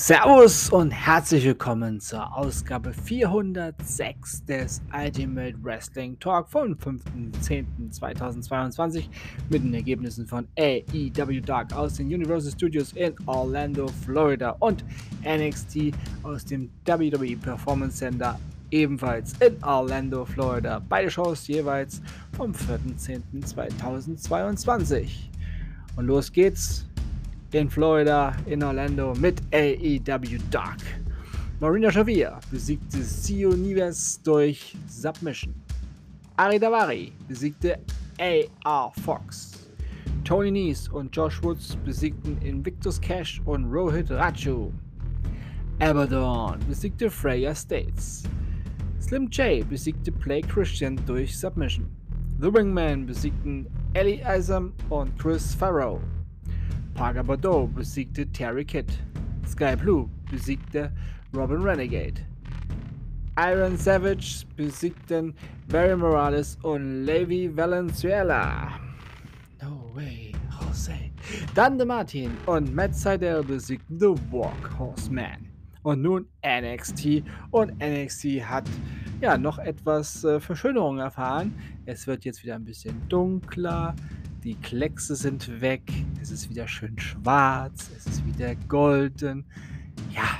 Servus und herzlich willkommen zur Ausgabe 406 des Ultimate Wrestling Talk vom 5.10.2022 mit den Ergebnissen von AEW Dark aus den Universal Studios in Orlando, Florida und NXT aus dem WWE Performance Center ebenfalls in Orlando, Florida. Beide Shows jeweils vom 4.10.2022. Und los geht's in Florida, in Orlando mit AEW Dark. Marina Shafir besiegte Sio Nieves durch Submission. Ari Daivari besiegte AR Fox. Tony Nese und Josh Woods besiegten Invictus Cash und Rohit Raju. Abaddon besiegte Freya States. Slim J besiegte Play Christian durch Submission. The Wingmen besiegten Eli Isam und Chris Farrow. Parker Bordeaux besiegte Terry Kidd. Sky Blue besiegte Robin Renegade. Iron Savage besiegten Barry Morales und Levi Valenzuela. No way, Jose. Dante Martin und Matt Sydal besiegten The Workhorseman. Und nun NXT. Und NXT hat ja noch etwas Verschönerung erfahren. Es wird jetzt wieder ein bisschen dunkler. Die Kleckse sind weg, es ist wieder schön schwarz, es ist wieder golden. Ja,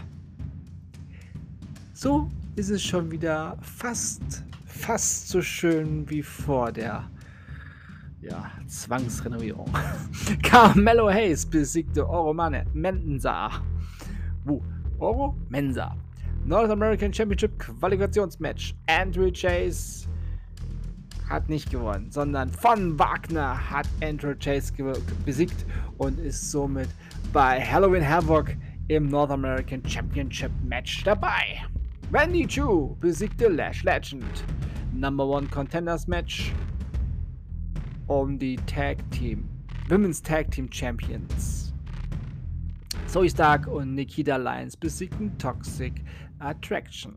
so ist es schon wieder fast so schön wie vor der Zwangsrenovierung. Carmelo Hayes besiegte Oro Mensa. Oro Mensa. North American Championship Qualifikationsmatch. Andrew Chase hat nicht gewonnen, sondern Von Wagner hat Andrew Chase besiegt und ist somit bei Halloween Havoc im North American Championship Match dabei. Randy Chu besiegte Lash Legend. Number One Contenders Match um die Women's Tag Team Champions. Zoe Stark und Nikita Lyons besiegten Toxic Attraction.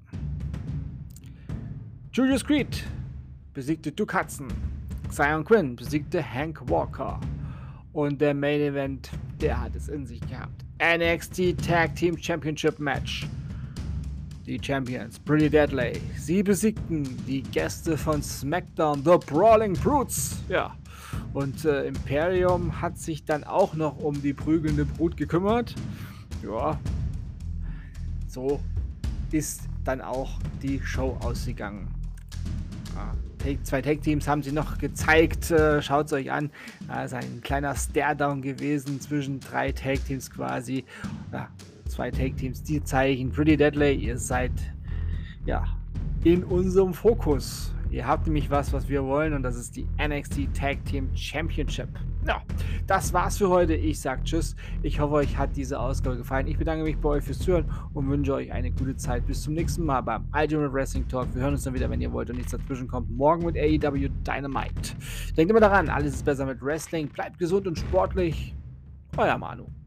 Julius Creed besiegte Duke Hudson. Zion Quinn besiegte Hank Walker. Und der Main Event, der hat es in sich gehabt. NXT Tag Team Championship Match. Die Champions, Pretty Deadly. Sie besiegten die Gäste von SmackDown, The Brawling Brutes. Ja. Und Imperium hat sich dann auch noch um die prügelnde Brut gekümmert. Ja. So ist dann auch die Show ausgegangen. Zwei Tag-Teams haben sie noch gezeigt, schaut es euch an. Da ist ein kleiner Stare-Down gewesen zwischen 3 Tag-Teams quasi. Ja, 2 Tag-Teams, die zeigen Pretty Deadly, ihr seid in unserem Fokus. Ihr habt nämlich was wir wollen und das ist die NXT Tag Team Championship. Ja, das war's für heute. Ich sag Tschüss. Ich hoffe, euch hat diese Ausgabe gefallen. Ich bedanke mich bei euch fürs Zuhören und wünsche euch eine gute Zeit. Bis zum nächsten Mal beim Ultimate Wrestling Talk. Wir hören uns dann wieder, wenn ihr wollt und nichts dazwischen kommt. Morgen mit AEW Dynamite. Denkt immer daran, alles ist besser mit Wrestling. Bleibt gesund und sportlich. Euer Manu.